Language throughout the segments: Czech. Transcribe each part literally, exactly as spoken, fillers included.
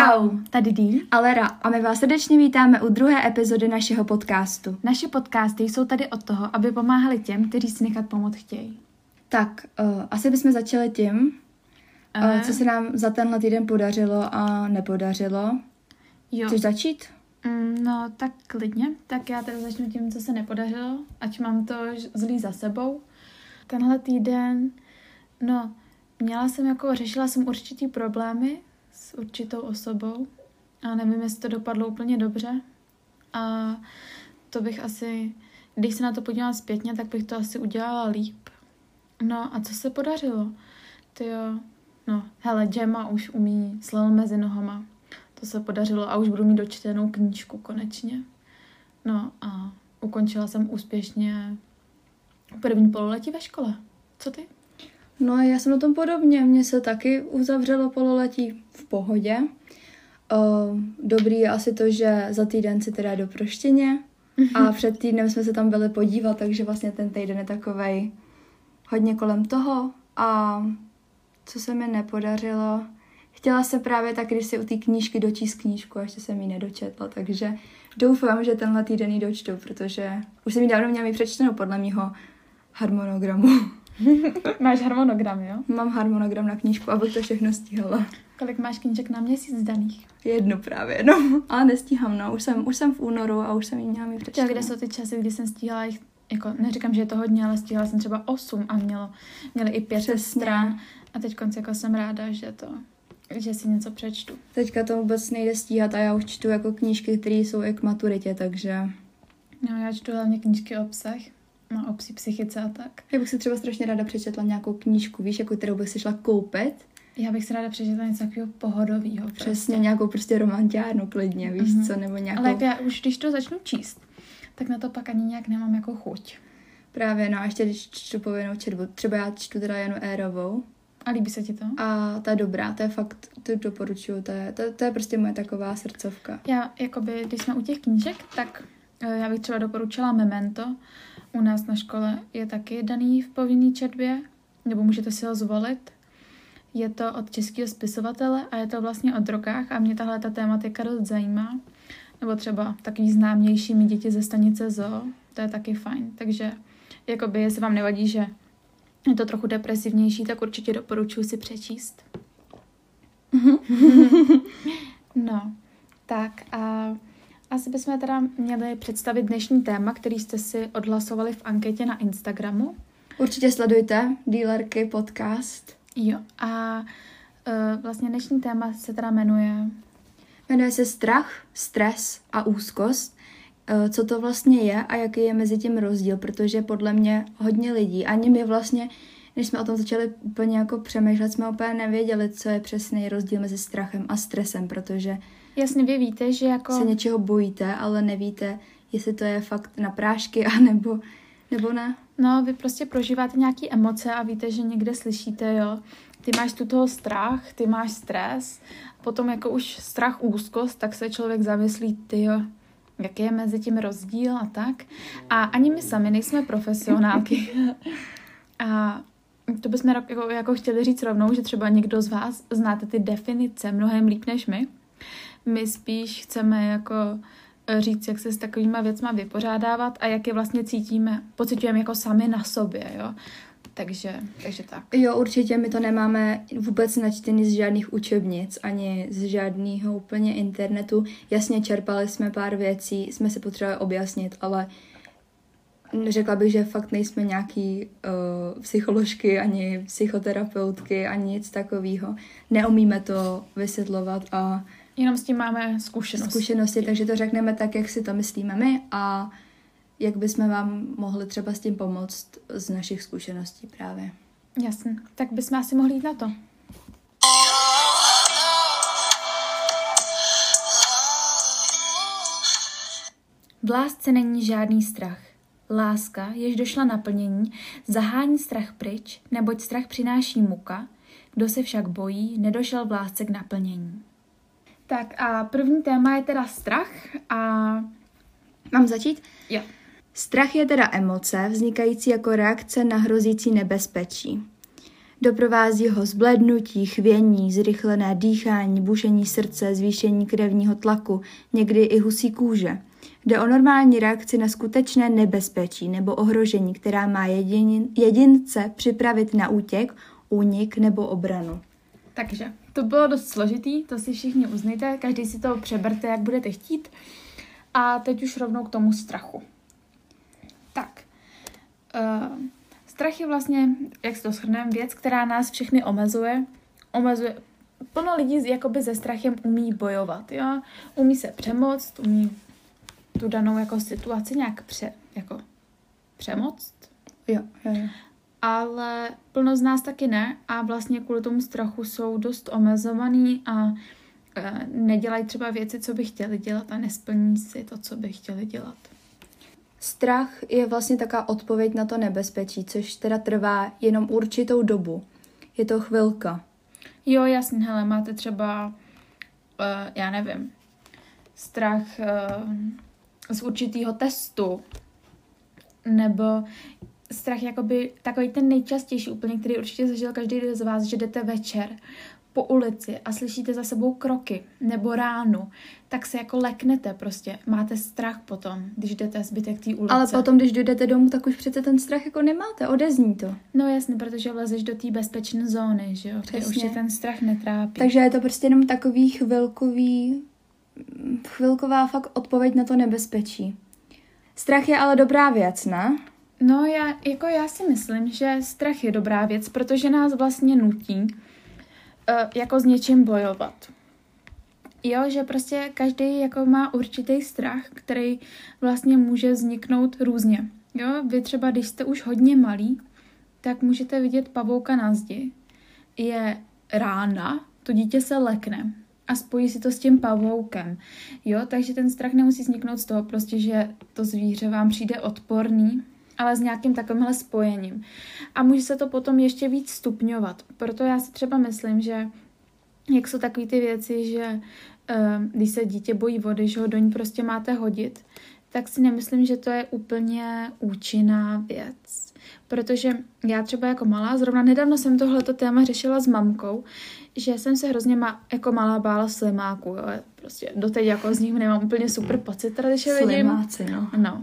Čau, tady Dí a Lera a my vás srdečně vítáme u druhé epizody našeho podcastu. Naše podcasty jsou tady od toho, aby pomáhali těm, kteří si nechat pomoct chtějí. Tak, uh, asi bychom začali tím, uh, uh, co se nám za tenhle týden podařilo a nepodařilo. Jo. Chceš začít? Mm, no, tak klidně. Tak já teda začnu tím, co se nepodařilo, ať mám to zlý za sebou. Tenhle týden, no, měla jsem jako, řešila jsem určitý problémy s určitou osobou a nevím, jestli to dopadlo úplně dobře. A to bych asi, když se na to podívám zpětně, tak bych to asi udělala líp. No a co se podařilo? Tyjo, no, hele, Gemma už umí slalom mezi nohama. To se podařilo a už budu mít dočtenou knížku konečně. No a ukončila jsem úspěšně první pololetí ve škole. Co ty? No já jsem na tom podobně, mně se taky uzavřelo pololetí v pohodě. Uh, dobrý je asi to, že za týden si teda do Proštěně a před týdnem jsme se tam byli podívat, takže vlastně ten týden je takovej hodně kolem toho. A co se mi nepodařilo, chtěla se právě tak, když si u té knížky dočíst knížku a ještě jsem ji nedočetla, takže doufám, že tenhle týden ji dočtu, protože už jsem ji dávno měla mít přečtenou podle mýho harmonogramu. Máš harmonogram, jo? Mám harmonogram na knížku, abych to všechno stíhala. Kolik máš knížek na měsíc daných? Jednu právě, no. Ale nestíhám, no. Už jsem, už jsem v únoru a už jsem ji měla mít přečtenou. Kde jsou ty časy, kdy jsem stíhala jich, jako neříkám, že je to hodně, ale stíhala jsem třeba osm a mělo, měly i pět stran. A teď konce jako jsem ráda, že to, že si něco přečtu. Teďka to vůbec nejde stíhat a já už čtu jako knížky, které jsou i k maturitě, takže... No, já čtu hlavně knížky o psech, no, o psí psychice a tak. Já bych si třeba strašně ráda přečetla nějakou knížku, víš, jako kterou bych si šla koupit. Já bych si ráda přečetla něco takového pohodového. Přesně, prostě. Nějakou prostě romantiárnu klidně, víš mm-hmm. co, nebo nějakou... Ale jak já už když to začnu číst, tak na to pak ani nějak nemám jako chuť. Právě, no a ještě když čtu povinnou četbu, třeba já čtu teda Janu Érovou. A líbí se ti to? A ta je dobrá, to je fakt, to doporučuju, to je, to, to je prostě moje taková srdcovka. Já, jakoby, když jsme u těch knížek, tak já bych třeba doporučila Memento. U nás na škole je taky daný v povinné četbě, nebo můžete si ho zvolit. Je to od českého spisovatele a je to vlastně o drogách a mě tahle ta tématika dost zajímá. Nebo třeba takový známější Mí děti ze stanice Zoo, to je taky fajn. Takže jakoby, jestli vám nevadí, že je to trochu depresivnější, tak určitě doporučuji si přečíst. No, tak a asi bychom teda měli představit dnešní téma, který jste si odhlasovali v anketě na Instagramu. Určitě sledujte Dílerky podcast. Jo, a uh, vlastně dnešní téma se teda jmenuje... Jmenuje se strach, stres a úzkost. Uh, co to vlastně je a jaký je mezi tím rozdíl, protože podle mě hodně lidí, ani my vlastně, než jsme o tom začali úplně jako přemýšlet, jsme úplně nevěděli, co je přesný rozdíl mezi strachem a stresem, protože jasně, vy víte, že jako... se něčeho bojíte, ale nevíte, jestli to je fakt na prášky, anebo, nebo ne. No, vy prostě prožíváte nějaké emoce a víte, že někde slyšíte, jo, ty máš tu toho strach, ty máš stres, potom jako už strach, úzkost, tak se člověk zamyslí, ty jo, jaký je mezi tím rozdíl a tak. A ani my sami nejsme profesionálky. A to bychom jako, jako chtěli říct rovnou, že třeba někdo z vás znáte ty definice mnohem líp než my. My spíš chceme jako říct, jak se s takovýma věcma vypořádávat a jak je vlastně cítíme, pociťujeme jako sami na sobě, jo. Takže, takže tak. Jo, určitě my to nemáme vůbec načtený z žádných učebnic, ani z žádného úplně internetu. Jasně čerpali jsme pár věcí, jsme se potřebovali objasnit, ale řekla bych, že fakt nejsme nějaký uh, psycholožky, ani psychoterapeutky, ani nic takového. Neumíme to vysvětlovat a jenom s tím máme zkušenosti. Zkušenosti, takže to řekneme tak, jak si to myslíme my a jak bychom vám mohli třeba s tím pomoct z našich zkušeností právě. Jasně, tak bychom asi mohli jít na to. V lásce není žádný strach. Láska, jež došla naplnění, zahání strach pryč, neboť strach přináší muka, kdo se však bojí, nedošel v lásce k naplnění. Tak a první téma je teda strach a... Mám začít? Jo. Strach je teda emoce, vznikající jako reakce na hrozící nebezpečí. Doprovází ho zblednutí, chvění, zrychlené dýchání, bušení srdce, zvýšení krevního tlaku, někdy i husí kůže. Jde o normální reakci na skutečné nebezpečí nebo ohrožení, která má jedin, jedince připravit na útěk, únik nebo obranu. Takže to bylo dost složitý, to si všichni uznejte, každý si to přeberte, jak budete chtít. A teď už rovnou k tomu strachu. Tak, uh, strach je vlastně, jak si to shrneme, věc, která nás všechny omezuje. Omezuje. Plno lidí jakoby se strachem umí bojovat, jo? Umí se přemoct, umí tu danou jako situaci nějak pře, jako přemoct. Jo, jo, jo. Ale plno z nás taky ne a vlastně kvůli tomu strachu jsou dost omezovaný a e, nedělají třeba věci, co by chtěli dělat a nesplní si to, co by chtěli dělat. Strach je vlastně taková odpověď na to nebezpečí, což teda trvá jenom určitou dobu. Je to chvilka. Jo, jasně, hele, máte třeba, e, já nevím, strach e, z určitého testu, nebo strach jakoby takový ten nejčastější úplně, který určitě zažil každý z vás, že jdete večer po ulici a slyšíte za sebou kroky nebo ránu, tak se jako leknete prostě. Máte strach potom, když jdete zbytek té ulice. Ale potom, když dojdete domů, tak už přece ten strach jako nemáte, odezní to. No jasně, protože vlezeš do té bezpečné zóny, že jo? Kde už tě ten strach netrápí. Takže je to prostě jenom takový chvilkový, chvilková fakt odpověď na to nebezpečí. Strach je ale dobrá věc, ne? No já, jako já si myslím, že strach je dobrá věc, protože nás vlastně nutí uh, jako s něčím bojovat. Jo, že prostě každý jako má určitý strach, který vlastně může vzniknout různě. Jo, vy třeba, když jste už hodně malí, tak můžete vidět pavouka na zdi. Je rána, to dítě se lekne a spojí si to s tím pavoukem. Jo, takže ten strach nemusí vzniknout z toho prostě, že to zvíře vám přijde odporný, ale s nějakým takovýmhle spojením. A může se to potom ještě víc stupňovat. Proto já si třeba myslím, že jak jsou takové ty věci, že uh, když se dítě bojí vody, že ho do ní prostě máte hodit, tak si nemyslím, že to je úplně účinná věc. Protože já třeba jako malá, zrovna nedávno jsem tohleto téma řešila s mamkou, že jsem se hrozně ma, jako malá bála slimáků. Jo. Prostě doteď jako z nich nemám úplně super pocit, teda když je vidím. Slimáci, no. No.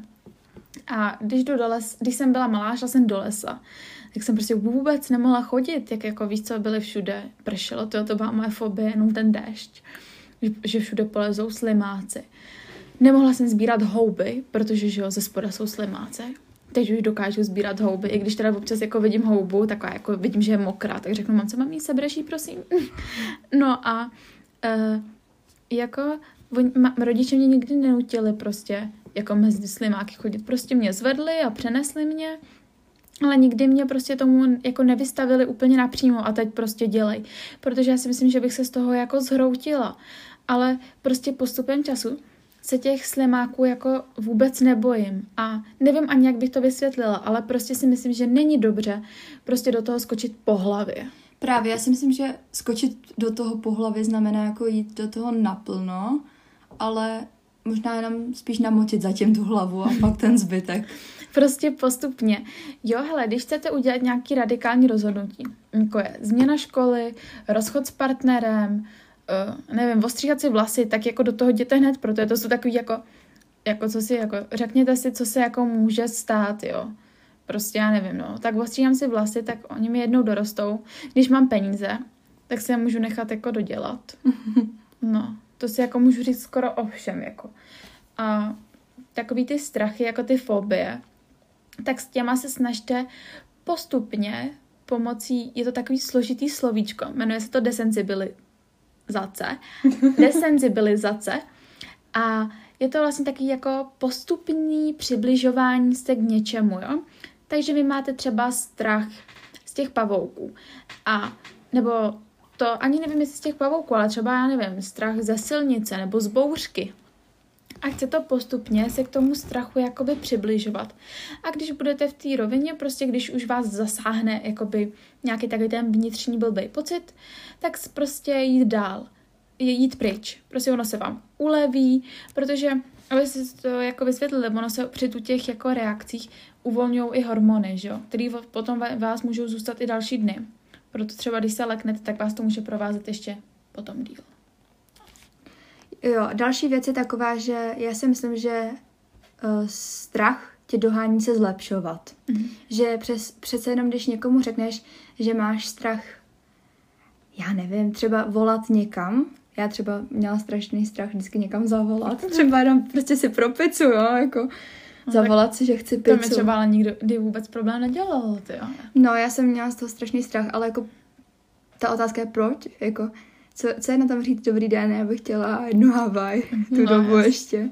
A když jdu do les, když jsem byla malá, šla jsem do lesa, tak jsem prostě vůbec nemohla chodit, jak jako víš co, byly všude, pršelo, to, to byla moje fobie, jenom ten déšť, že, že všude polezou slimáci. Nemohla jsem sbírat houby, protože že jo, ze spoda jsou slimáci. Teď už dokážu sbírat houby, i když teda občas jako vidím houbu, taková jako vidím, že je mokrá, tak řeknu mamce, mami, sebereš jí, prosím. No a uh, jako oni, ma, rodiče mě nikdy nenutili prostě jako mezi slimáky chodit. Prostě mě zvedli a přenesli mě, ale nikdy mě prostě tomu jako nevystavili úplně napřímo a teď prostě dělej. Protože já si myslím, že bych se z toho jako zhroutila. Ale prostě postupem času se těch slimáků jako vůbec nebojím. A nevím ani, jak bych to vysvětlila, ale prostě si myslím, že není dobře prostě do toho skočit po hlavě. Právě, já si myslím, že skočit do toho po hlavě znamená jako jít do toho naplno, ale možná jenom spíš namočit zatím tu hlavu a pak ten zbytek. Prostě postupně. Jo, hele, když chcete udělat nějaký radikální rozhodnutí, jako je změna školy, rozchod s partnerem, uh, nevím, ostříhat si vlasy, tak jako do toho jděte hned, protože to jsou takový jako, jako co si, jako, řekněte si, co se jako může stát, jo. Prostě já nevím, no. Tak ostříhám si vlasy, tak oni mi jednou dorostou. Když mám peníze, tak si je můžu nechat jako dodělat. No, to si jako můžu říct skoro o všem, jako. A takový ty strachy, jako ty fobie, tak s těma se snažte postupně pomocí, je to takový složitý slovíčko, jmenuje se to desensibilizace, desensibilizace a je to vlastně takový jako postupný přibližování se k něčemu, jo. Takže vy máte třeba strach z těch pavouků a nebo to ani nevím, jestli z těch pavouků, ale třeba já nevím, strach ze silnice nebo z bouřky. A chce to postupně se k tomu strachu jakoby přibližovat. A když budete v té rovině, prostě když už vás zasáhne jakoby nějaký takový ten vnitřní blbej pocit, tak prostě jít dál, jít pryč. Prostě ono se vám uleví, protože, aby si to jako vysvětlili, ono se při tu těch jako reakcích uvolňují i hormony, že jo, které potom vás můžou zůstat i další dny. Proto třeba, když se leknete, tak vás to může provázet ještě potom díl. Jo, další věc je taková, že já si myslím, že uh, strach tě dohání se zlepšovat. Mm-hmm. Že přes, přece jenom, když někomu řekneš, že máš strach, já nevím, třeba volat někam. Já třeba měla strašný strach vždycky někam zavolat. Třeba jenom prostě si pro pizzu, jo, jako no, zavolat si, že chci pizzu. To mi třeba ale nikdo kdy vůbec problém nedělal, ty jo. No, já jsem měla z toho strašný strach, ale jako ta otázka je proč, jako co, co je na tom říct dobrý den, já bych chtěla jednu Havaj, tu no, dobu jas. ještě.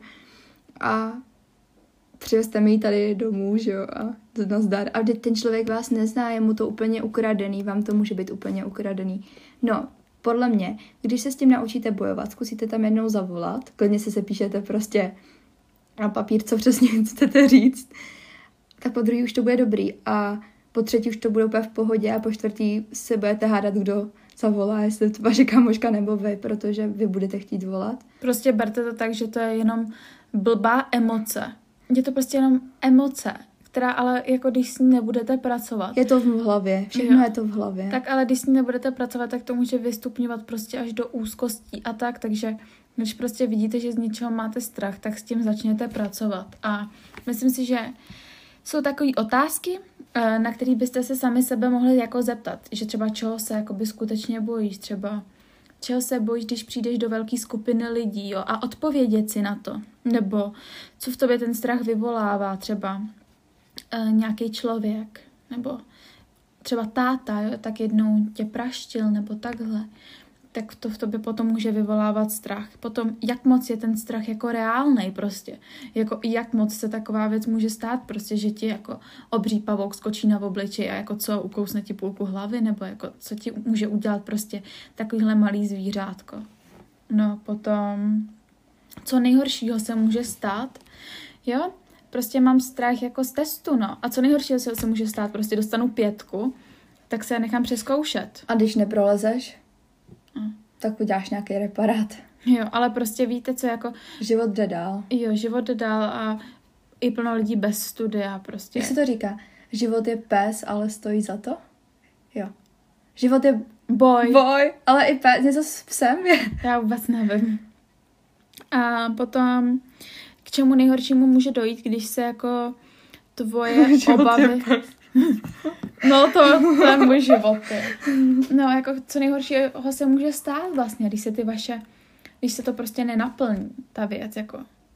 A přivezte mi ji tady domů, že jo, a to nazdar. A když ten člověk vás nezná, je mu to úplně ukradený, vám to může být úplně ukradený. No, podle mě, když se s tím naučíte bojovat, zkusíte tam jednou zavolat, klidně si se píšete prostě na papír, co přesně chcete říct, tak po druhý už to bude dobrý a po třetí už to bude úplně v pohodě a po čtvrtý se budete hádat, kdo zavolá, jestli to vaše kamoška nebo vy, protože vy budete chtít volat. Prostě berte to tak, že to je jenom blbá emoce. Je to prostě jenom emoce, která ale jako když s ní nebudete pracovat. Je to v hlavě, všechno jo. je to v hlavě. Tak ale když s ní nebudete pracovat, tak to může vystupňovat prostě až do úzkostí a tak, takže když prostě vidíte, že z něčeho máte strach, tak s tím začněte pracovat. A myslím si, že jsou takové otázky, na které byste se sami sebe mohli jako zeptat, že třeba čeho se jakoby skutečně bojíš, třeba čeho se bojíš, když přijdeš do velké skupiny lidí, jo, a odpovědět si na to, nebo co v tobě ten strach vyvolává, třeba e, nějaký člověk, nebo třeba táta, jo, tak jednou tě praštil, nebo takhle, tak to v tobě potom může vyvolávat strach. Potom, jak moc je ten strach jako reálnej prostě. Jako jak moc se taková věc může stát prostě, že ti jako obří pavouk skočí na obličej a jako co, ukousne ti půlku hlavy, nebo jako co ti může udělat prostě takovýhle malý zvířátko. No potom, co nejhoršího se může stát, jo, prostě mám strach jako z testu, no. A co nejhoršího se, se může stát, prostě dostanu pětku, tak se nechám přezkoušet. A když neprolezeš? Tak uděláš nějaký reparát. Jo, ale prostě víte, co jako... Život jde dál. Jo, život jde dál a i plno lidí bez studia prostě. Jak se to říká? Život je pes, ale stojí za to? Jo. Život je boj. Boj, ale i pes, něco s psem je. Já vůbec nevím. A potom, k čemu nejhoršímu může dojít, když se jako tvoje obavy... No to, to je můj život. Je. No jako co nejhoršího se může stát vlastně, když se ty vaše, když se to prostě nenaplní, ta věc, jako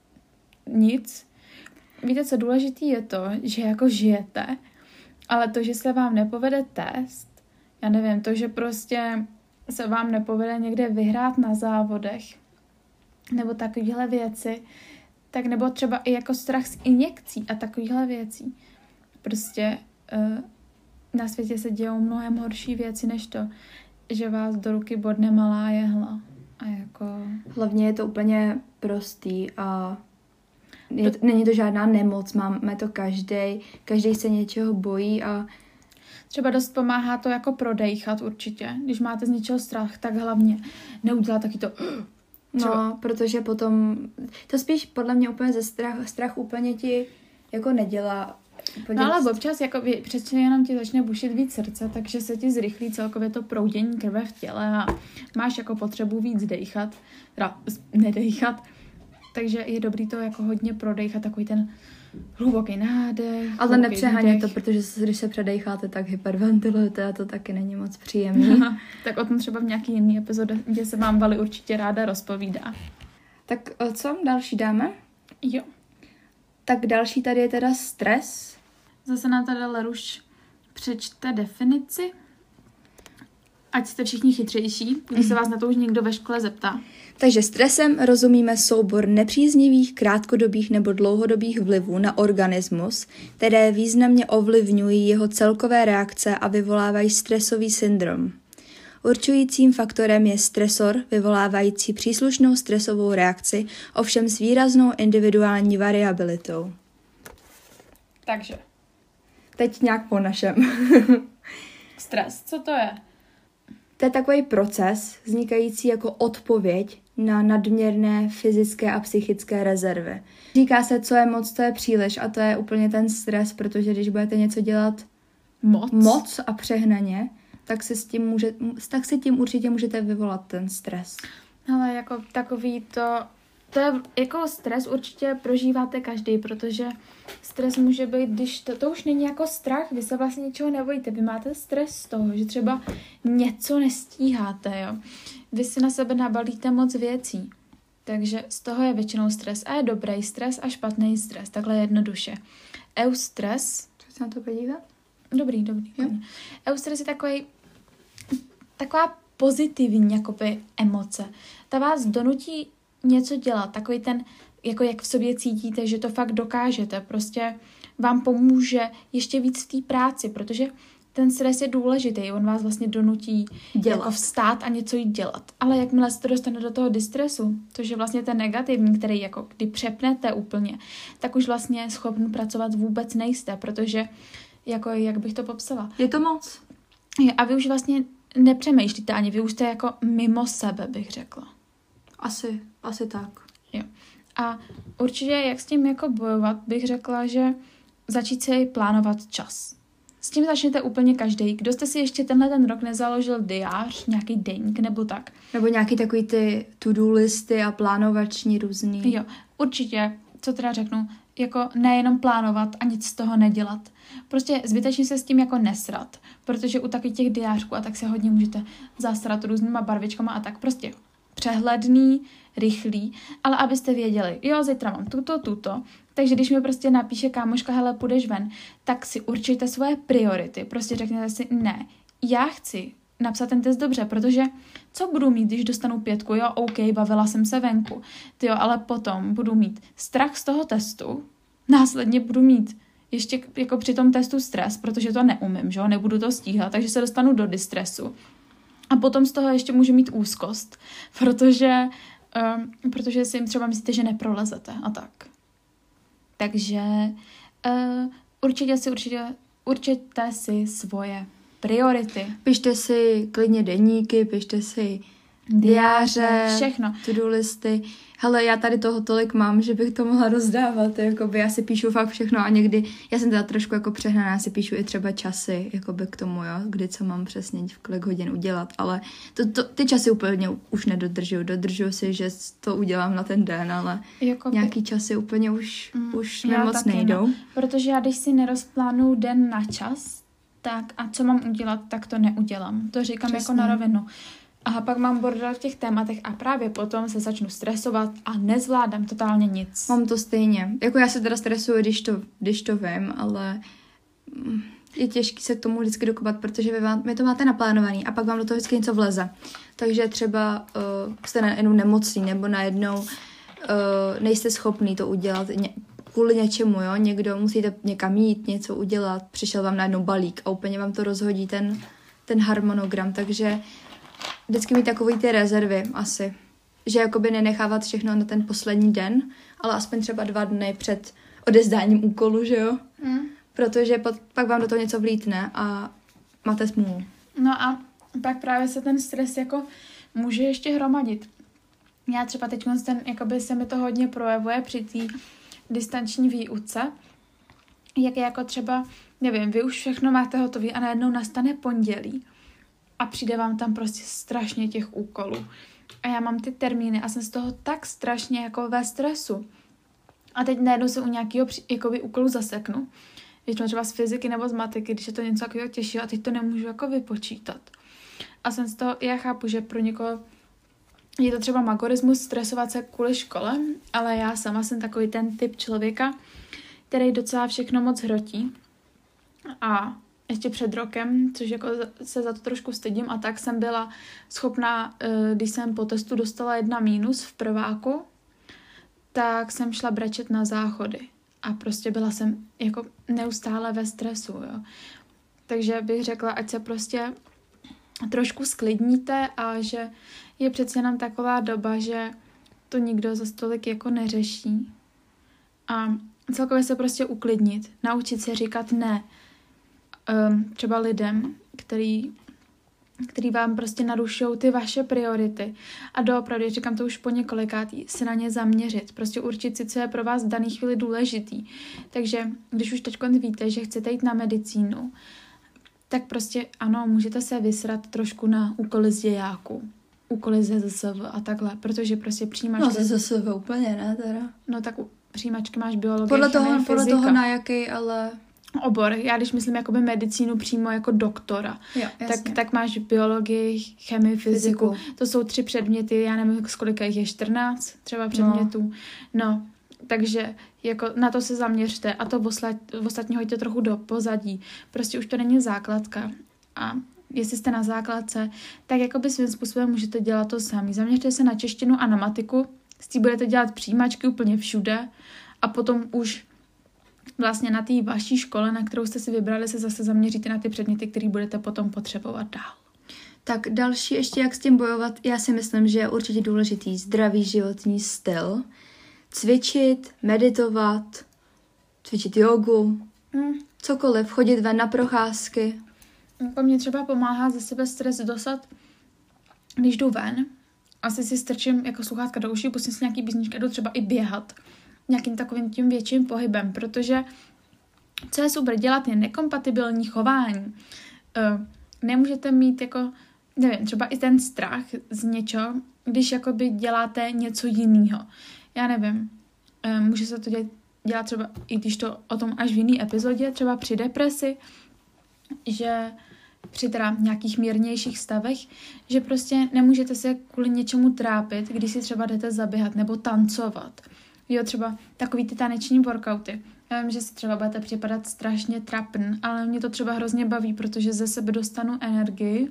nic. Víte, co důležitý je to, že jako žijete, ale to, že se vám nepovede test, já nevím, to, že prostě se vám nepovede někde vyhrát na závodech, nebo takovéhle věci, tak nebo třeba i jako strach z injekcí a takovéhle věcí. Prostě uh, na světě se dějou mnohem horší věci, než to, že vás do ruky bodne malá jehla. A jako... Hlavně je to úplně prostý a je to, není to žádná nemoc, máme to každej, každej se něčeho bojí a... Třeba dost pomáhá to jako prodejchat určitě. Když máte z něčeho strach, tak hlavně neudělat taky to... Třeba... No, protože potom... To spíš podle mě úplně ze strach, strach úplně ti jako nedělá... No ale občas jako přece jenom ti začne bušit víc srdce, takže se ti zrychlí celkově to proudění krve v těle a máš jako potřebu víc dejchat, teda nedejchat, takže je dobrý to jako hodně prodejchat, takový ten hluboký nádech. Ale nepřehánět to, protože když se předejcháte, tak hyperventilujete a to taky není moc příjemný. Tak o tom třeba v nějaký jiný epizodě, kde se vám Vali určitě ráda rozpovídá. Tak co další dáme? Jo. Tak další tady je teda stres. Zase nám tady Leruš přečte definici. Ať jste všichni chytřejší, když se vás na to už někdo ve škole zeptá. Takže stresem rozumíme soubor nepříznivých, krátkodobých nebo dlouhodobých vlivů na organismus, které významně ovlivňují jeho celkové reakce a vyvolávají stresový syndrom. Určujícím faktorem je stresor, vyvolávající příslušnou stresovou reakci, ovšem s výraznou individuální variabilitou. Takže. Teď nějak po našem. Stres, co to je? To je takový proces, vznikající jako odpověď na nadměrné fyzické a psychické rezervy. Říká se, co je moc, co je příliš a to je úplně ten stres, protože když budete něco dělat moc, moc a přehnaně, tak se s tím, může, tak se tím určitě můžete vyvolat ten stres. Ale jako takový to, to je jako stres určitě prožíváte každý, protože stres může být, když to, to už není jako strach, vy se vlastně ničeho nebojíte, vy máte stres z toho, že třeba něco nestíháte, jo. Vy si na sebe nabalíte moc věcí, takže z toho je většinou stres a je dobrý stres a špatný stres, takhle jednoduše. Eustres. Chci se na to podívat? Dobrý, dobrý. Eustres je takový, taková pozitivní jakoby emoce. Ta vás donutí něco dělat, takový ten, jako jak v sobě cítíte, že to fakt dokážete, prostě vám pomůže ještě víc v té práci, protože ten stres je důležitý, on vás vlastně donutí dělat. Jako vstát a něco jít dělat. Ale jakmile se to dostane do toho distresu, což je vlastně ten negativní, který jako kdy přepnete úplně, tak už vlastně schopný pracovat vůbec nejste, protože jako, jak bych to popsala. Je to moc. A vy už vlastně nepřemýšlíte ani, vy už jste jako mimo sebe, bych řekla. Asi, asi tak. Jo. A určitě, jak s tím jako bojovat, bych řekla, že začít si plánovat čas. S tím začnete úplně každý. Kdo jste si ještě tenhle ten rok nezaložil diář, nějaký deník nebo tak. Nebo nějaký takový ty to-do listy a plánovační různý. Jo, určitě, co teda řeknu, jako nejenom plánovat a nic z toho nedělat. Prostě zbytečně se s tím jako nesrat, protože u takových těch diářků a tak se hodně můžete zasrat různýma barvičkama a tak prostě přehledný, rychlý, ale abyste věděli, jo, zítra mám tuto, tuto, takže když mi prostě napíše kámoška, hele, půjdeš ven, tak si určujte svoje priority, prostě řekněte si, ne, já chci napsat ten test dobře, protože co budu mít, když dostanu pětku, jo, OK, bavila jsem se venku, tyjo, ale potom budu mít strach z toho testu, následně budu mít ještě jako při tom testu stres, protože to neumím, že jo, nebudu to stíhat, takže se dostanu do distresu. A potom z toho ještě můžu mít úzkost, protože, um, protože si třeba myslíte, že neprolezete a tak. Takže uh, určitě si, určitě, určitě si svoje priority. Pište si klidně deníky, pište si diáře, všechno. to-do listy. Hele, já tady toho tolik mám, že bych to mohla rozdávat, jakoby já si píšu fakt všechno a někdy, já jsem teda trošku jako přehnaná, já si píšu i třeba časy, jakoby k tomu, jo, kdy co mám přesně v kolik hodin udělat, ale to, to, ty časy úplně už nedodržuju, dodržuju si, že to udělám na ten den, ale jakoby nějaký časy úplně už, mm, už mi moc nejdou. No, protože já když si nerozplánuju den na čas, tak a co mám udělat, tak to neudělám. To říkám přesně. Jako na rovinu. A pak mám bordel v těch tématech a právě potom se začnu stresovat a nezvládám totálně nic. Mám to stejně. Jako já se teda stresuju, když to, když to vím, ale je těžké se k tomu vždycky dokopat, protože vy, vám, vy to máte naplánovaný a pak vám do toho vždycky něco vleze. Takže třeba uh, jste najednou nemocný nebo najednou uh, nejste schopný to udělat ně, kvůli něčemu, jo? Někdo musíte někam jít, něco udělat, přišel vám najednou balík a úplně vám to rozhodí ten, ten harmonogram, takže vždycky mít takový ty rezervy asi. Že jakoby nenechávat všechno na ten poslední den, ale aspoň třeba dva dny před odezdáním úkolu, že jo? Mm. Protože pak, pak vám do toho něco vlítne a máte smůlu. No a pak právě se ten stres jako může ještě hromadit. Já třeba teď ten, jakoby se mi to hodně projevuje při té distanční výuce, jak je jako třeba, nevím, vy už všechno máte hotové a najednou nastane pondělí. A přijde vám tam prostě strašně těch úkolů. A já mám ty termíny a jsem z toho tak strašně jako ve stresu. A teď najednou se u nějakého jakoby úkolu zaseknu. Většinou třeba z fyziky nebo z matiky, když je to něco takového těžšího a teď to nemůžu jako vypočítat. A jsem z toho, já chápu, že pro někoho je to třeba magorismus stresovat se kvůli škole, ale já sama jsem takový ten typ člověka, který docela všechno moc hrotí. A ještě před rokem, což jako se za to trošku stydím, a tak jsem byla schopná, když jsem po testu dostala jedna mínus v prváku, tak jsem šla brečet na záchody. A prostě byla jsem jako neustále ve stresu, jo. Takže bych řekla, ať se prostě trošku sklidníte a že je přece jenom taková doba, že to nikdo za stolik jako neřeší. A celkově se prostě uklidnit, naučit se říkat ne. Um, třeba lidem, který, který vám prostě narušují ty vaše priority. A doopravdy, říkám to už po několikátý, se na ně zaměřit. Prostě určit si, co je pro vás v daný chvíli důležitý. Takže když už teď víte, že chcete jít na medicínu tak prostě ano, můžete se vysrat trošku na úkoly z dějáku, úkoly ze Z S V a takhle, protože prostě přijímačky... No ze Z S V úplně ne teda. No tak přijímačky máš biologii, podle toho, chemii, podle fyzika. toho na jaký, ale... Obor, já když myslím jakoby medicínu přímo jako doktora, Jo, tak, tak máš biologii, chemii, fyziku. fyziku. To jsou tři předměty, já nevím, z kolika jich je, čtrnáct třeba předmětů. No, no takže jako na to se zaměřte a to ostatně hoďte trochu do pozadí. Prostě už to není základka. A jestli jste na základce, tak jakoby svým způsobem můžete dělat to sami. Zaměřte se na češtinu a na matiku, s tím budete dělat přijímačky úplně všude a potom už vlastně na té vaší škole, na kterou jste si vybrali, se zase zaměříte na ty předměty, které budete potom potřebovat dál. Tak další ještě, jak s tím bojovat, já si myslím, že je určitě důležitý zdravý životní styl. Cvičit, meditovat, cvičit jogu, mm. cokoliv, chodit ven na procházky. Jako mě třeba pomáhá ze sebe stres dostat, když jdu ven, asi si strčím jako sluchátka do uší, pustím si nějaký písničky, jdu třeba i běhat nějakým takovým tím větším pohybem, protože co je super dělat, je nekompatibilní chování. Uh, nemůžete mít jako, nevím, třeba i ten strach z něčeho, když jakoby děláte něco jiného. Já nevím, uh, může se to dělat, dělat třeba, i když to o tom až v jiný epizodě, třeba při depresi, že při teda nějakých mírnějších stavech, že prostě nemůžete se kvůli něčemu trápit, když si třeba jdete zaběhat nebo tancovat. Jo, třeba takový ty taneční workouty. Já vím, že si třeba budete připadat strašně trapn, ale mě to třeba hrozně baví, protože ze sebe dostanu energii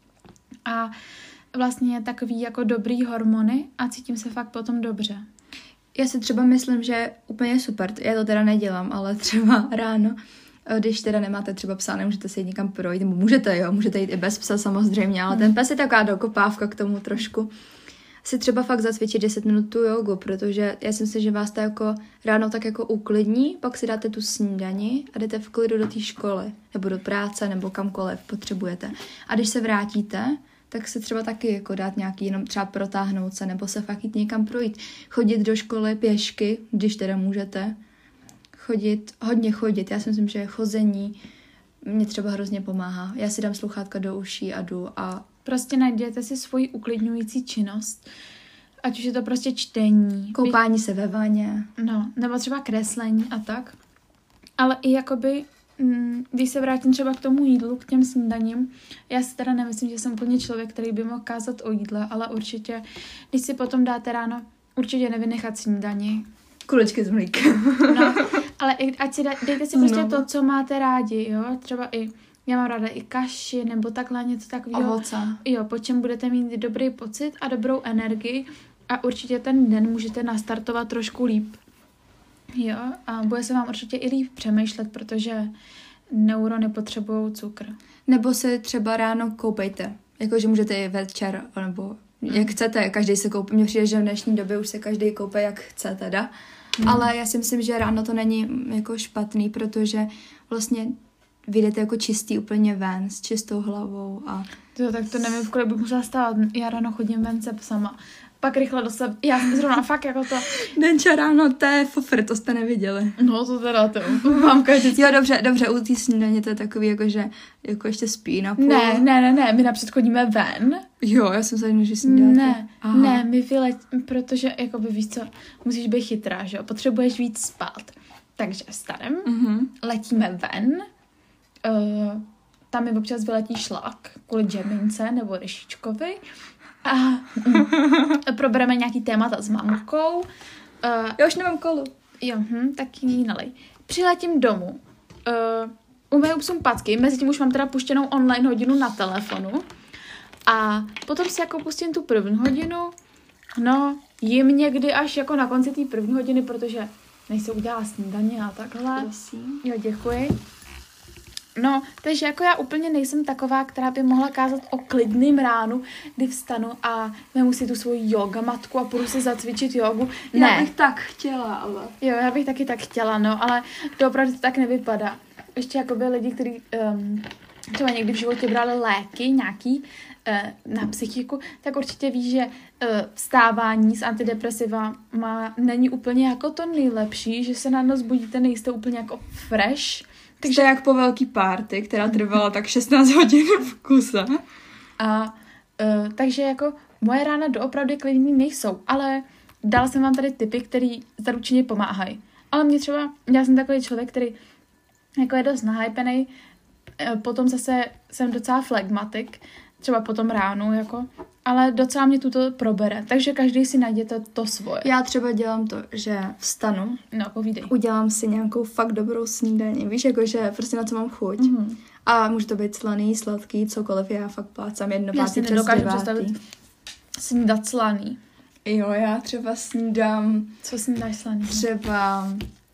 a vlastně takový jako dobrý hormony a cítím se fakt potom dobře. Já si třeba myslím, že úplně super, já to teda nedělám, ale třeba ráno, když teda nemáte třeba psa, nemůžete se jít někam projít, nebo můžete, jo, můžete jít i bez psa samozřejmě, ale hmm. ten pes je taková dokopávka k tomu trošku. Si třeba fakt zacvičit deset minut tu jogu, protože já si myslím, že vás to jako ráno tak jako uklidní, pak si dáte tu snídani a jdete v klidu do té školy, nebo do práce, nebo kamkoliv potřebujete. A když se vrátíte, tak se třeba taky jako dát nějaký, jenom třeba protáhnout se, nebo se fakt jít někam projít. Chodit do školy pěšky, když teda můžete. Chodit, hodně chodit. Já si myslím, že chození mě třeba hrozně pomáhá. Já si dám sluchátka do uší a jdu a prostě najděte si svoji uklidňující činnost, ať už je to prostě čtení. Koupání se ve vaně. No, nebo třeba kreslení a tak. Ale i jakoby, když se vrátím třeba k tomu jídlu, k těm snídaním, já si teda nemyslím, že jsem úplně člověk, který by mohl kázat o jídle, ale určitě, když si potom dáte ráno, určitě nevynechat snídani. Kuličky s mlíkem. No, ale i, ať si da, dejte si prostě no. to, co máte rádi, jo, třeba i já mám ráda i kaši, nebo takhle něco takového. Ovoce. Jo, po čem budete mít dobrý pocit a dobrou energii a určitě ten den můžete nastartovat trošku líp. Jo, a bude se vám určitě i líp přemýšlet, protože neurony potřebují cukr. Nebo si třeba ráno koupejte. Jakože můžete i večer, nebo jak chcete. Každý se koupí. Mně přijde, že v dnešní době už se každý koupí, jak chce teda. Hmm. Ale já si myslím, že ráno to není jako špatný, protože vlastně vyjdete jako čistý úplně ven, s čistou hlavou a... Jo, tak to nevím, v kolik bych musela stávat. Já ráno chodím ven se psama. Pak rychle do sebe. Já zrovna fakt jako to... Denča ráno, to je fofr, to jste neviděli. No, to teda to. Mám každý... Jo, dobře, dobře, u té snídaně to je takový, jako že jako ještě spí na půl. Ne, ne, ne, ne, my napřed chodíme ven. Jo, já jsem se že snídáte. Ne, Aha. ne, my vyleť, protože, jakoby víš co, musíš být chytrá, že jo, potřebuješ víc spát. Takže vstanem, uh-huh. letíme ven, uh, tam mi občas vyletí šlak kvůli džemince nebo ryšičkovi a mm, probereme nějaký témata s mamkou. Uh, já už nemám kolu. Jo, hm, tak ji nalej. Přiletím domů, uh, umyju psům packy, mezi tím už mám teda puštěnou online hodinu na telefonu a potom si jako pustím tu první hodinu, no, jim někdy až jako na konci té první hodiny, protože než se udělá snídaně a takhle. Prosím. Jo, děkuji. No, takže jako já úplně nejsem taková, která by mohla kázat o klidným ránu, kdy vstanu a vemu si tu svoji jogamatku a půjdu si zacvičit jogu. Ne. Já bych tak chtěla, ale... Jo, já bych taky tak chtěla, no, ale to opravdu to tak nevypadá. Ještě jako by lidi, kteří um, třeba někdy v životě brali léky nějaký uh, na psychiku, tak určitě ví, že uh, vstávání s antidepresivama není úplně jako to nejlepší, že se na noc budíte, nejste úplně jako fresh, Takže jak po velký party, která trvala tak šestnáct hodin v kuse. A uh, takže jako moje rána doopravdy klidný nejsou, ale dala jsem vám tady tipy, které zaručeně pomáhají. Ale mě třeba, já jsem takový člověk, který jako je dost nahypenej, potom zase jsem docela flegmatik, třeba potom ránu, jako, ale docela mě tuto probere, takže každý si najde to, to svoje. Já třeba dělám to, že vstanu, no, povídej. Udělám si nějakou fakt dobrou snídaní, víš, jakože prostě na co mám chuť. Mm-hmm. A může to být slaný, sladký, cokoliv, já fakt plácám jedno já pátý si přes nedokážu devátý. představit snídat slaný. Jo, já třeba snídám... Co snídáš slaný? Třeba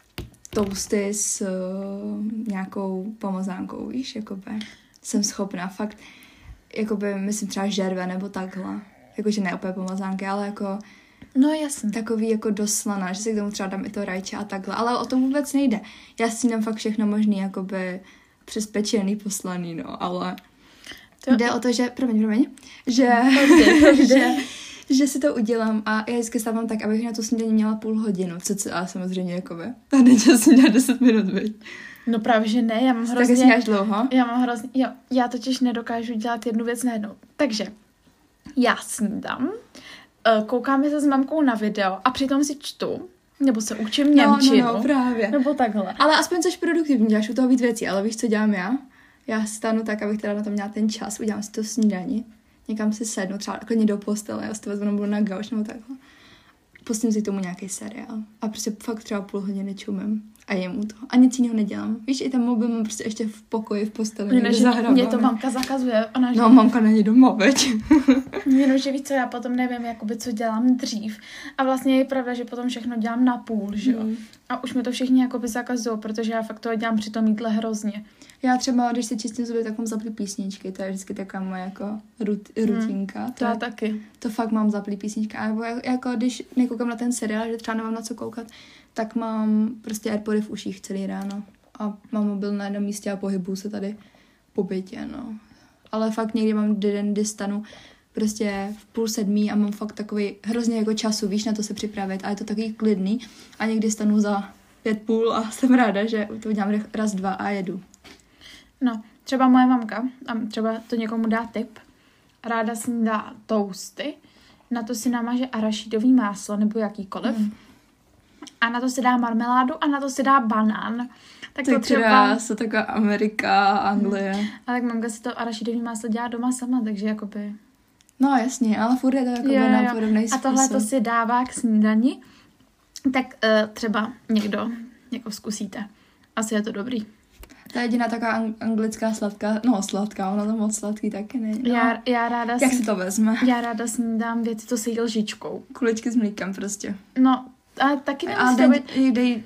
toasty s uh, nějakou pomazánkou, víš, jakoby. Jsem schopná fakt, jakoby, myslím třeba žerve nebo takhle. Jakože ne úplně pomazánky, ale jako... No jasně. Takový jako doslaná, že si k tomu třeba dám i to rajče a takhle, ale o to vůbec nejde. Já snídám fakt všechno možný, jakoby přes pečený, poslaný, no, ale to... jde o to, že, promiň, promiň, že, že, že si to udělám a já vždycky stávám tak, abych na to snídaní měla půl hodinu, co co, ale samozřejmě jakoby, a nejde snídat deset minut, viď? No právě, že ne, já mám hrozně... Tak snídáš dlouho? Já mám hrozně, jo, já totiž nedokážu dělat jednu věc najednou. Takže, já snídám, koukáme se s mamkou na video a přitom si čtu, nebo se učím němčinu. No, no, no, právě. Nebo takhle. Ale aspoň což produktivní, děláš u toho víc věcí, ale víš, co dělám já? Já stanu tak, abych teda na to měla ten čas, udělám si to snídaní, někam si sednu, třeba klidně do postele, já si to vezmu nebo na gauč nebo takhle. Pustím si k tomu nějaký seriál a prostě fakt třeba půl hodiny čumím a jemu to. A nic jiného nedělám. Víš, i ten mobil mám prostě ještě v pokoji, v posteli. Jenomže mě to mamka zakazuje. Ona, že... No, mamka není doma, veď. Jenomže víš co, já potom nevím, jakoby, co dělám dřív. A vlastně je pravda, že potom všechno dělám na půl, že jo. Hmm. A už mi to všichni jakoby zakazují, protože já fakt to dělám při tom jídle hrozně. Já třeba, když se čistím zuby, tak mám zaplý písničky, to je vždycky taková moje jako rut, rutinka. Hmm, to, to já taky. To fakt mám zaplý písnička. A nebo jako, když nekoukám na ten seriál, že třeba nemám na co koukat, tak mám prostě AirPody v uších celý ráno. A mám mobil na jednom místě a pohybuju se tady po bytě, no. Ale fakt někdy mám den, kdy stanu prostě v půl sedmí a mám fakt takový hrozně jako času, víš, na to se připravit. A je to takový klidný. A někdy stanu za pět půl a jsem ráda, že to udělám raz, dva a jedu. No, třeba moje mamka, a třeba to někomu dá tip, ráda si dá toasty, na to si namaže arašidový máslo nebo jakýkoliv. Mm. A na to si dá marmeládu a na to si dá banán. Tak to třeba... jsou taková Amerika, Anglie. Hmm. A tak mamka si to arašidový máslo dělá doma sama, takže jakoby... No jasně, ale furt je to jakoby jo, na podobný způsob. A tohle to si dává k snídani, tak uh, třeba někdo jako zkusíte. Asi je to dobrý. To je jediná taková ang- anglická sladká, no sladká, ona to moc sladký taky není. No. Já, já ráda Jak si to vezme? Já ráda snídám věci, co se jí lžičkou. Kuličky s mlíkem prostě. No, ale taky nemusí to být... Dej, dej,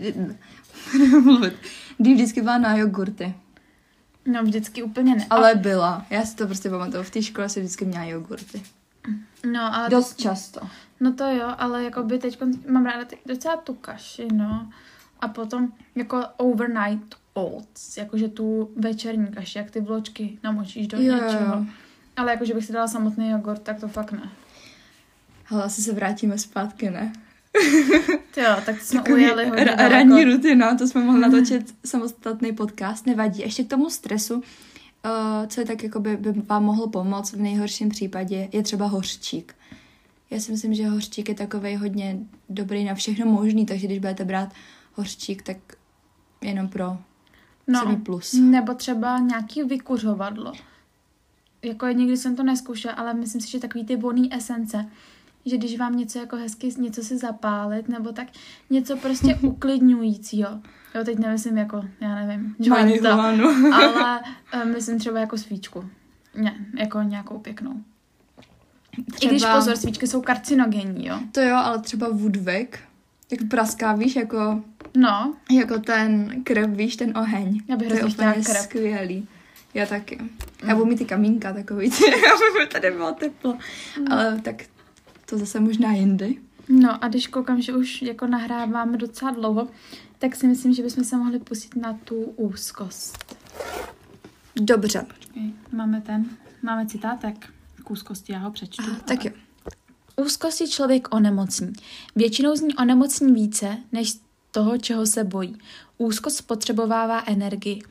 dej vždycky byla na jogurty. No, vždycky úplně ne. Ale byla. Já si to prostě pamatuju. V té škole si vždycky měla jogurty. No, ale... Dost to... často. No to jo, ale jakoby teď mám ráda docela tu kaši, no. A potom jako overnight oats, jakože tu večerní kaši, jak ty vločky namočíš do jo, něčeho. Jo. Ale jakože bych si dala samotný jogurt, tak to fakt ne. Hele, asi se vrátíme zpátky, ne? Jo, tak jsme ujeli hodně ra- ranní rutina, to jsme mohli natočit samostatný podcast, nevadí. Ještě k tomu stresu, uh, co je tak jako by, by vám mohlo pomoct v nejhorším případě, je třeba hořčík. Já si myslím, že hořčík je takovej hodně dobrý na všechno možný, takže když budete brát hořčík, tak jenom pro no, celý plus. Nebo třeba nějaký vykuřovadlo. Jako nikdy jsem to neskoušela, ale myslím si, že takový ty vonný esence, že když vám něco jako hezky, něco si zapálit, nebo tak něco prostě uklidňujícího. Jo, teď nemyslím jako, já nevím, jointa, ale um, myslím třeba jako svíčku. Ne, jako nějakou pěknou. Třeba... I když pozor, svíčky jsou karcinogenní, jo. To jo, ale třeba Woodwick, jak praská, víš, jako... No. Jako ten kreb, víš, ten oheň. Já bych to je úplně kreb. Skvělý. Já taky. Mm. Já budu mít ty kamínka takový, aby mi tady bylo teplo. Mm. Ale tak to zase možná jindy. No a když koukám, že už jako nahráváme docela dlouho, tak si myslím, že bychom se mohli pustit na tu úzkost. Dobře. Okay. Máme ten, máme citátek k úzkosti, já ho přečtu. Ah, tak jo. Úzkosti člověk onemocní. Většinou z ní onemocní více, než toho, čeho se bojí. Úzkost spotřebovává energii.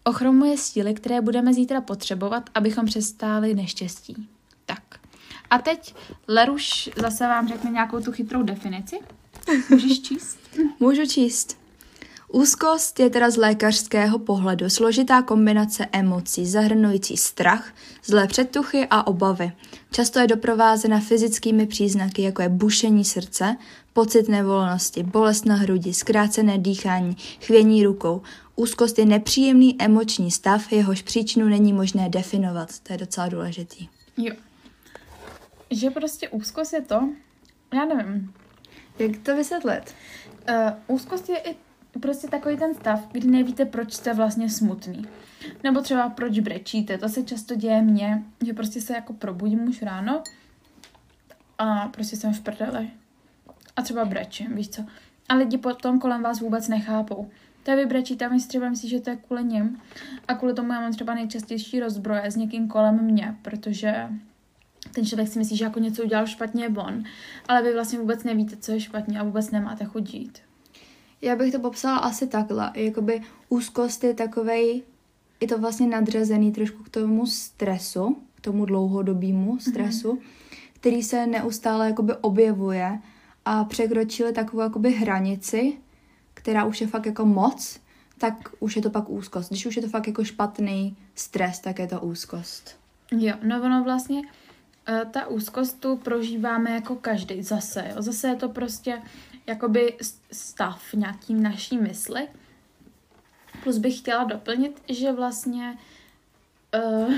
ochromuje síly, které budeme zítra potřebovat, abychom přestáli neštěstí. Tak. A teď Leruš zase vám řekne nějakou tu chytrou definici. Můžeš číst? Můžu číst. Úzkost je teda z lékařského pohledu složitá kombinace emocí, zahrnující strach, zlé předtuchy a obavy. Často je doprovázena fyzickými příznaky, jako je bušení srdce, pocit nevolnosti, bolest na hrudi, zkrácené dýchání, chvění rukou. Úzkost je nepříjemný emoční stav, jehož příčinu není možné definovat. To je docela důležitý. Jo. Že prostě úzkost je to, já nevím. Jak to vysvětlit? Uh, úzkost je i prostě takový ten stav, kdy nevíte, proč jste vlastně smutný. Nebo třeba proč brečíte. To se často děje mně, že prostě se jako probudím už ráno a prostě jsem v prdeli. A třeba brečím, víš co. A lidi potom kolem vás vůbec nechápou. To vy brečíte a my si třeba myslí, že to je kvůli nim. A kvůli tomu já mám třeba nejčastější rozbroje s někým kolem mě, protože ten člověk si myslí, že jako něco udělal špatně on, ale vy vlastně vůbec nevíte, co je špatně a vůbec nemáte chuť jít. Já bych to popsala asi takhle. Jakoby úzkost je takovej, je to vlastně nadřazený trošku k tomu stresu, k tomu dlouhodobému stresu, mm-hmm. který se neustále jakoby objevuje a překročili takovou jakoby hranici, která už je fakt jako moc, tak už je to pak úzkost. Když už je to fakt jako špatný stres, tak je to úzkost. Jo, no ono vlastně ta úzkost tu prožíváme jako každý zase, jo. Zase je to prostě jakoby stav nějaký naší mysli. Plus bych chtěla doplnit, že vlastně uh, uh,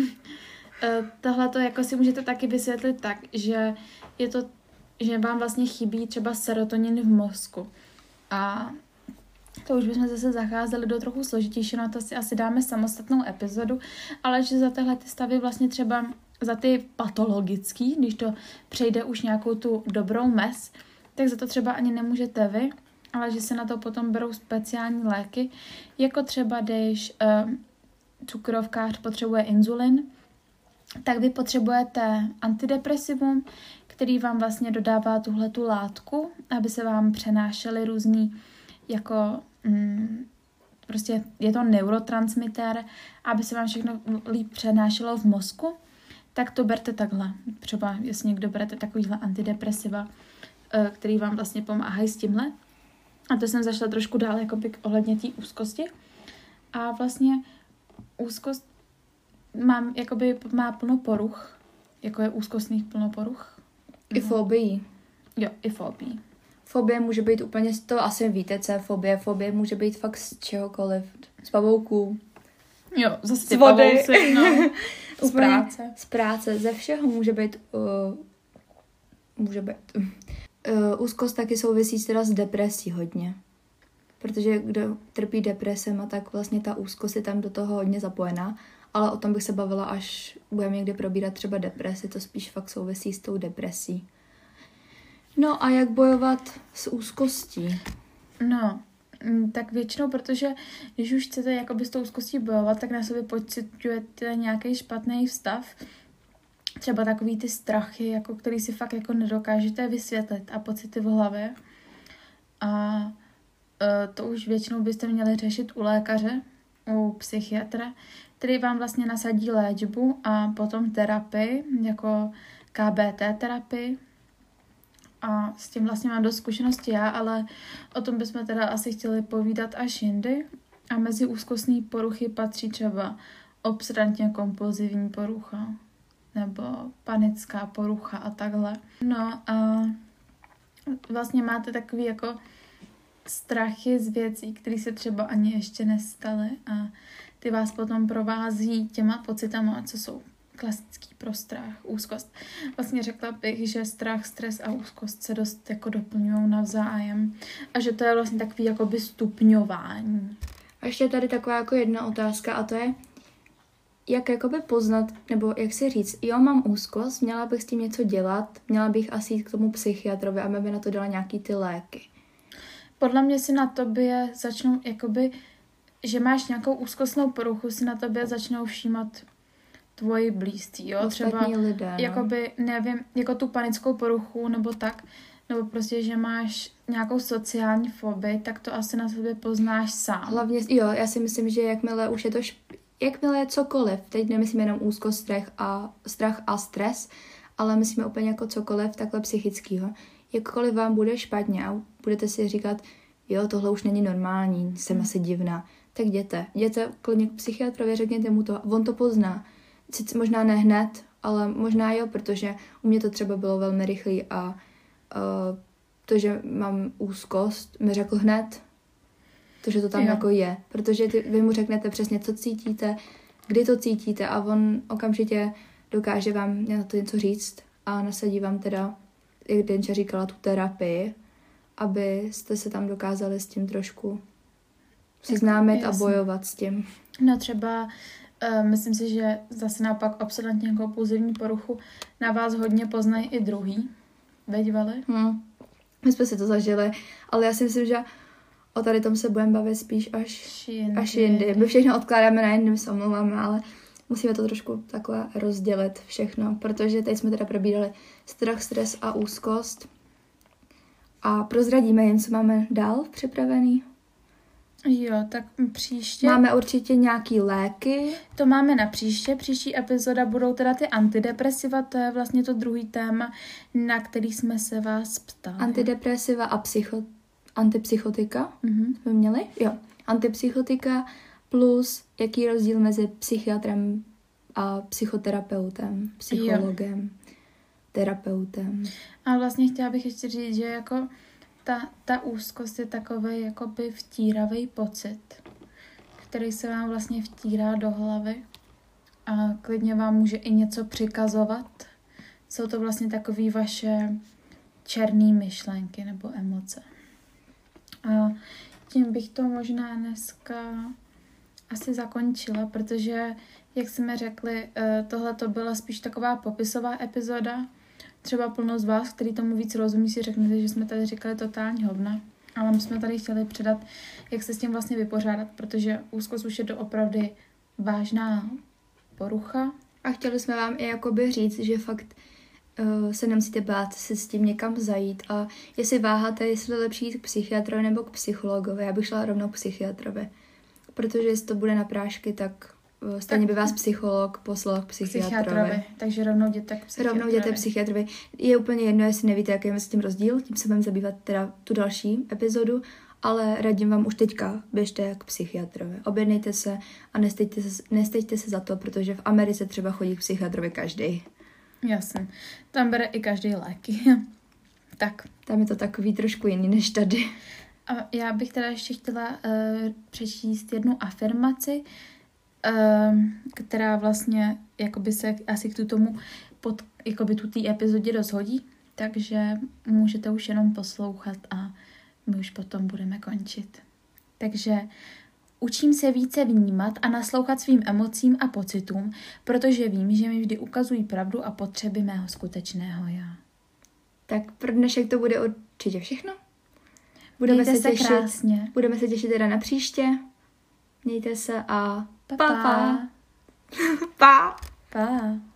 tohle to jako si můžete taky vysvětlit tak, že je to, že vám vlastně chybí třeba serotonin v mozku. A to už bychom zase zacházeli do trochu složitější, no to si asi dáme samostatnou epizodu, ale že za tyhle ty stavy vlastně třeba za ty patologický, když to přejde už nějakou tu dobrou mez, tak za to třeba ani nemůžete vy, ale že se na to potom berou speciální léky, jako třeba když uh, cukrovkář potřebuje inzulin, tak vy potřebujete antidepresivum, který vám vlastně dodává tuhletu látku, aby se vám přenášely různý, jako mm, prostě je to neurotransmitter, aby se vám všechno líp přenášelo v mozku, tak to berte takhle. Třeba jestli někdo berete takovýhle antidepresiva, který vám vlastně pomáhají s tímhle. A to jsem zašla trošku dál jakoby ohledně té úzkosti. A vlastně úzkost mám, jakoby má plno poruch, jako je úzkostných plno poruch. I fobii. Jo, i fobii. Fobie může být úplně, to asi víte, co je fobie. Fobie může být fakt z čehokoliv. Z pavouků. Jo, zase ty z vody. pavousy, no. Z práce. Z práce, ze všeho může být, uh, může být. Uh, úzkost taky souvisí teda s depresí hodně. Protože kdo trpí depresem, a tak vlastně ta úzkost je tam do toho hodně zapojená. Ale o tom bych se bavila, až budeme někdy probírat třeba depresi, to spíš fakt souvisí s tou depresí. No a jak bojovat s úzkostí? No, tak většinou, protože když už chcete jakoby s tou úzkostí bojovat, tak na sobě pociťujete nějaký špatný stav, třeba takový ty strachy, jako který si fakt jako nedokážete vysvětlit a pocity v hlavě. A e, to už většinou byste měli řešit u lékaře, u psychiatra, který vám vlastně nasadí léčbu a potom terapii, jako K B T terapii. A s tím vlastně mám dost zkušenosti já, ale o tom bychom teda asi chtěli povídat až jindy. A mezi úzkostní poruchy patří třeba obsedantně kompulzivní porucha nebo panická porucha a takhle. No a vlastně máte takový jako strachy z věcí, které se třeba ani ještě nestaly a ty vás potom provází těma pocitama, co jsou klasický pro strach, úzkost. Vlastně řekla bych, že strach, stres a úzkost se dost jako doplňují navzájem a že to je vlastně takový jakoby stupňování. A ještě tady taková jako jedna otázka a to je, jak jakoby poznat, nebo jak si říct, jo, mám úzkost, měla bych s tím něco dělat, měla bych asi jít k tomu psychiatrovi, aby mi na to dala nějaký ty léky. Podle mě si na tobě začnou, jakoby, že máš nějakou úzkostnou poruchu, si na tobě začnou všímat tvoji blízcí, jo, ostatní třeba lidé, no. Jakoby, nevím, jako tu panickou poruchu, nebo tak, nebo prostě, že máš nějakou sociální fobii, tak to asi na sobě poznáš sám. Hlavně, jo, já si myslím, že jakmile už je to, šp- jakmile je cokoliv, teď nemyslím jenom úzkost, strach a, strach a stres, ale myslíme úplně jako cokoliv takhle psychického. Jakkoliv vám bude špatně a budete si říkat, jo, tohle už není normální, jsem asi divná, tak jděte. Jděte klidně k psychiatrovi, řekněte mu to, on to pozná. Sice možná ne hned, ale možná jo, protože u mě to třeba bylo velmi rychlý a uh, to, že mám úzkost, mi řekl hned, to, že to tam jo. jako je. Protože ty, vy mu řeknete přesně, co cítíte, kdy to cítíte a on okamžitě dokáže vám na to něco říct a nasadí vám teda, jak Denča říkala, tu terapii, abyste se tam dokázali s tím trošku seznámit jako, a bojovat s tím. No třeba, uh, myslím si, že zase naopak obsedantně kompulzivní poruchu na vás hodně poznají i druhý. Veď, Vali? Hmm. My jsme si to zažili, ale já si myslím, že o tady tom se budeme bavit spíš až jindy. až jindy. My všechno odkládáme na jindy, my se omlouváme, ale musíme to trošku takhle rozdělit všechno, protože teď jsme teda probírali strach, stres a úzkost. A prozradíme jim, co máme dál připravený. Jo, tak příště... Máme určitě nějaký léky. To máme na příště. Příští epizoda budou teda ty antidepresiva, to je vlastně to druhý téma, na který jsme se vás ptali. Antidepresiva a psycho... antipsychotika Mhm. jsme měli? Jo. Antipsychotika plus jaký rozdíl mezi psychiatrem a psychoterapeutem, psychologem, jo. terapeutem. A vlastně chtěla bych ještě říct, že jako ta, ta úzkost je takovej jakoby vtíravý pocit, který se vám vlastně vtírá do hlavy a klidně vám může i něco přikazovat. Jsou to vlastně takový vaše černý myšlenky nebo emoce. A tím bych to možná dneska asi zakončila, protože, jak jsme řekli, tohle to byla spíš taková popisová epizoda. Třeba plno z vás, který tomu víc rozumí, si řeknete, že jsme tady říkali totální hovna. Ale my jsme tady chtěli předat, jak se s tím vlastně vypořádat, protože úzkost už je doopravdy vážná porucha. A chtěli jsme vám i jakoby říct, že fakt uh, se nemusíte bát se s tím někam zajít a jestli váháte, jestli lepší jít k psychiatrovi nebo k psychologovi, já bych šla rovnou k psychiatrovi. Protože jestli to bude na prášky, tak uh, stejně by vás psycholog poslal k psychiatrovi. psychiatrovi. Takže rovnou jděte k psychiatrovi. Rovnou jděte k psychiatrovi. Je úplně jedno, jestli nevíte, jaký je mezi tím rozdíl, tím se budeme zabývat teda tu další epizodu, ale radím vám už teďka, běžte k psychiatrovi. Objednejte se a nestejte se, nestejte se za to, protože v Americe třeba chodí k psychiatrovi každý. Jasně. Tam bere i každý léky. Tak. Tam je to takový trošku jiný než tady. A já bych teda ještě chtěla uh, přečíst jednu afirmaci, uh, která vlastně jakoby se asi k tomu pod, jakoby tu té epizodě rozhodí, takže můžete už jenom poslouchat a my už potom budeme končit. Takže učím se více vnímat a naslouchat svým emocím a pocitům, protože vím, že mi vždy ukazují pravdu a potřeby mého skutečného já. Tak pro dnešek to bude určitě všechno. Budeme Mějte se, se těšit, krásně. Budeme se těšit teda na příště. Mějte se a Pa, pa, pa. pa. pa. Pa.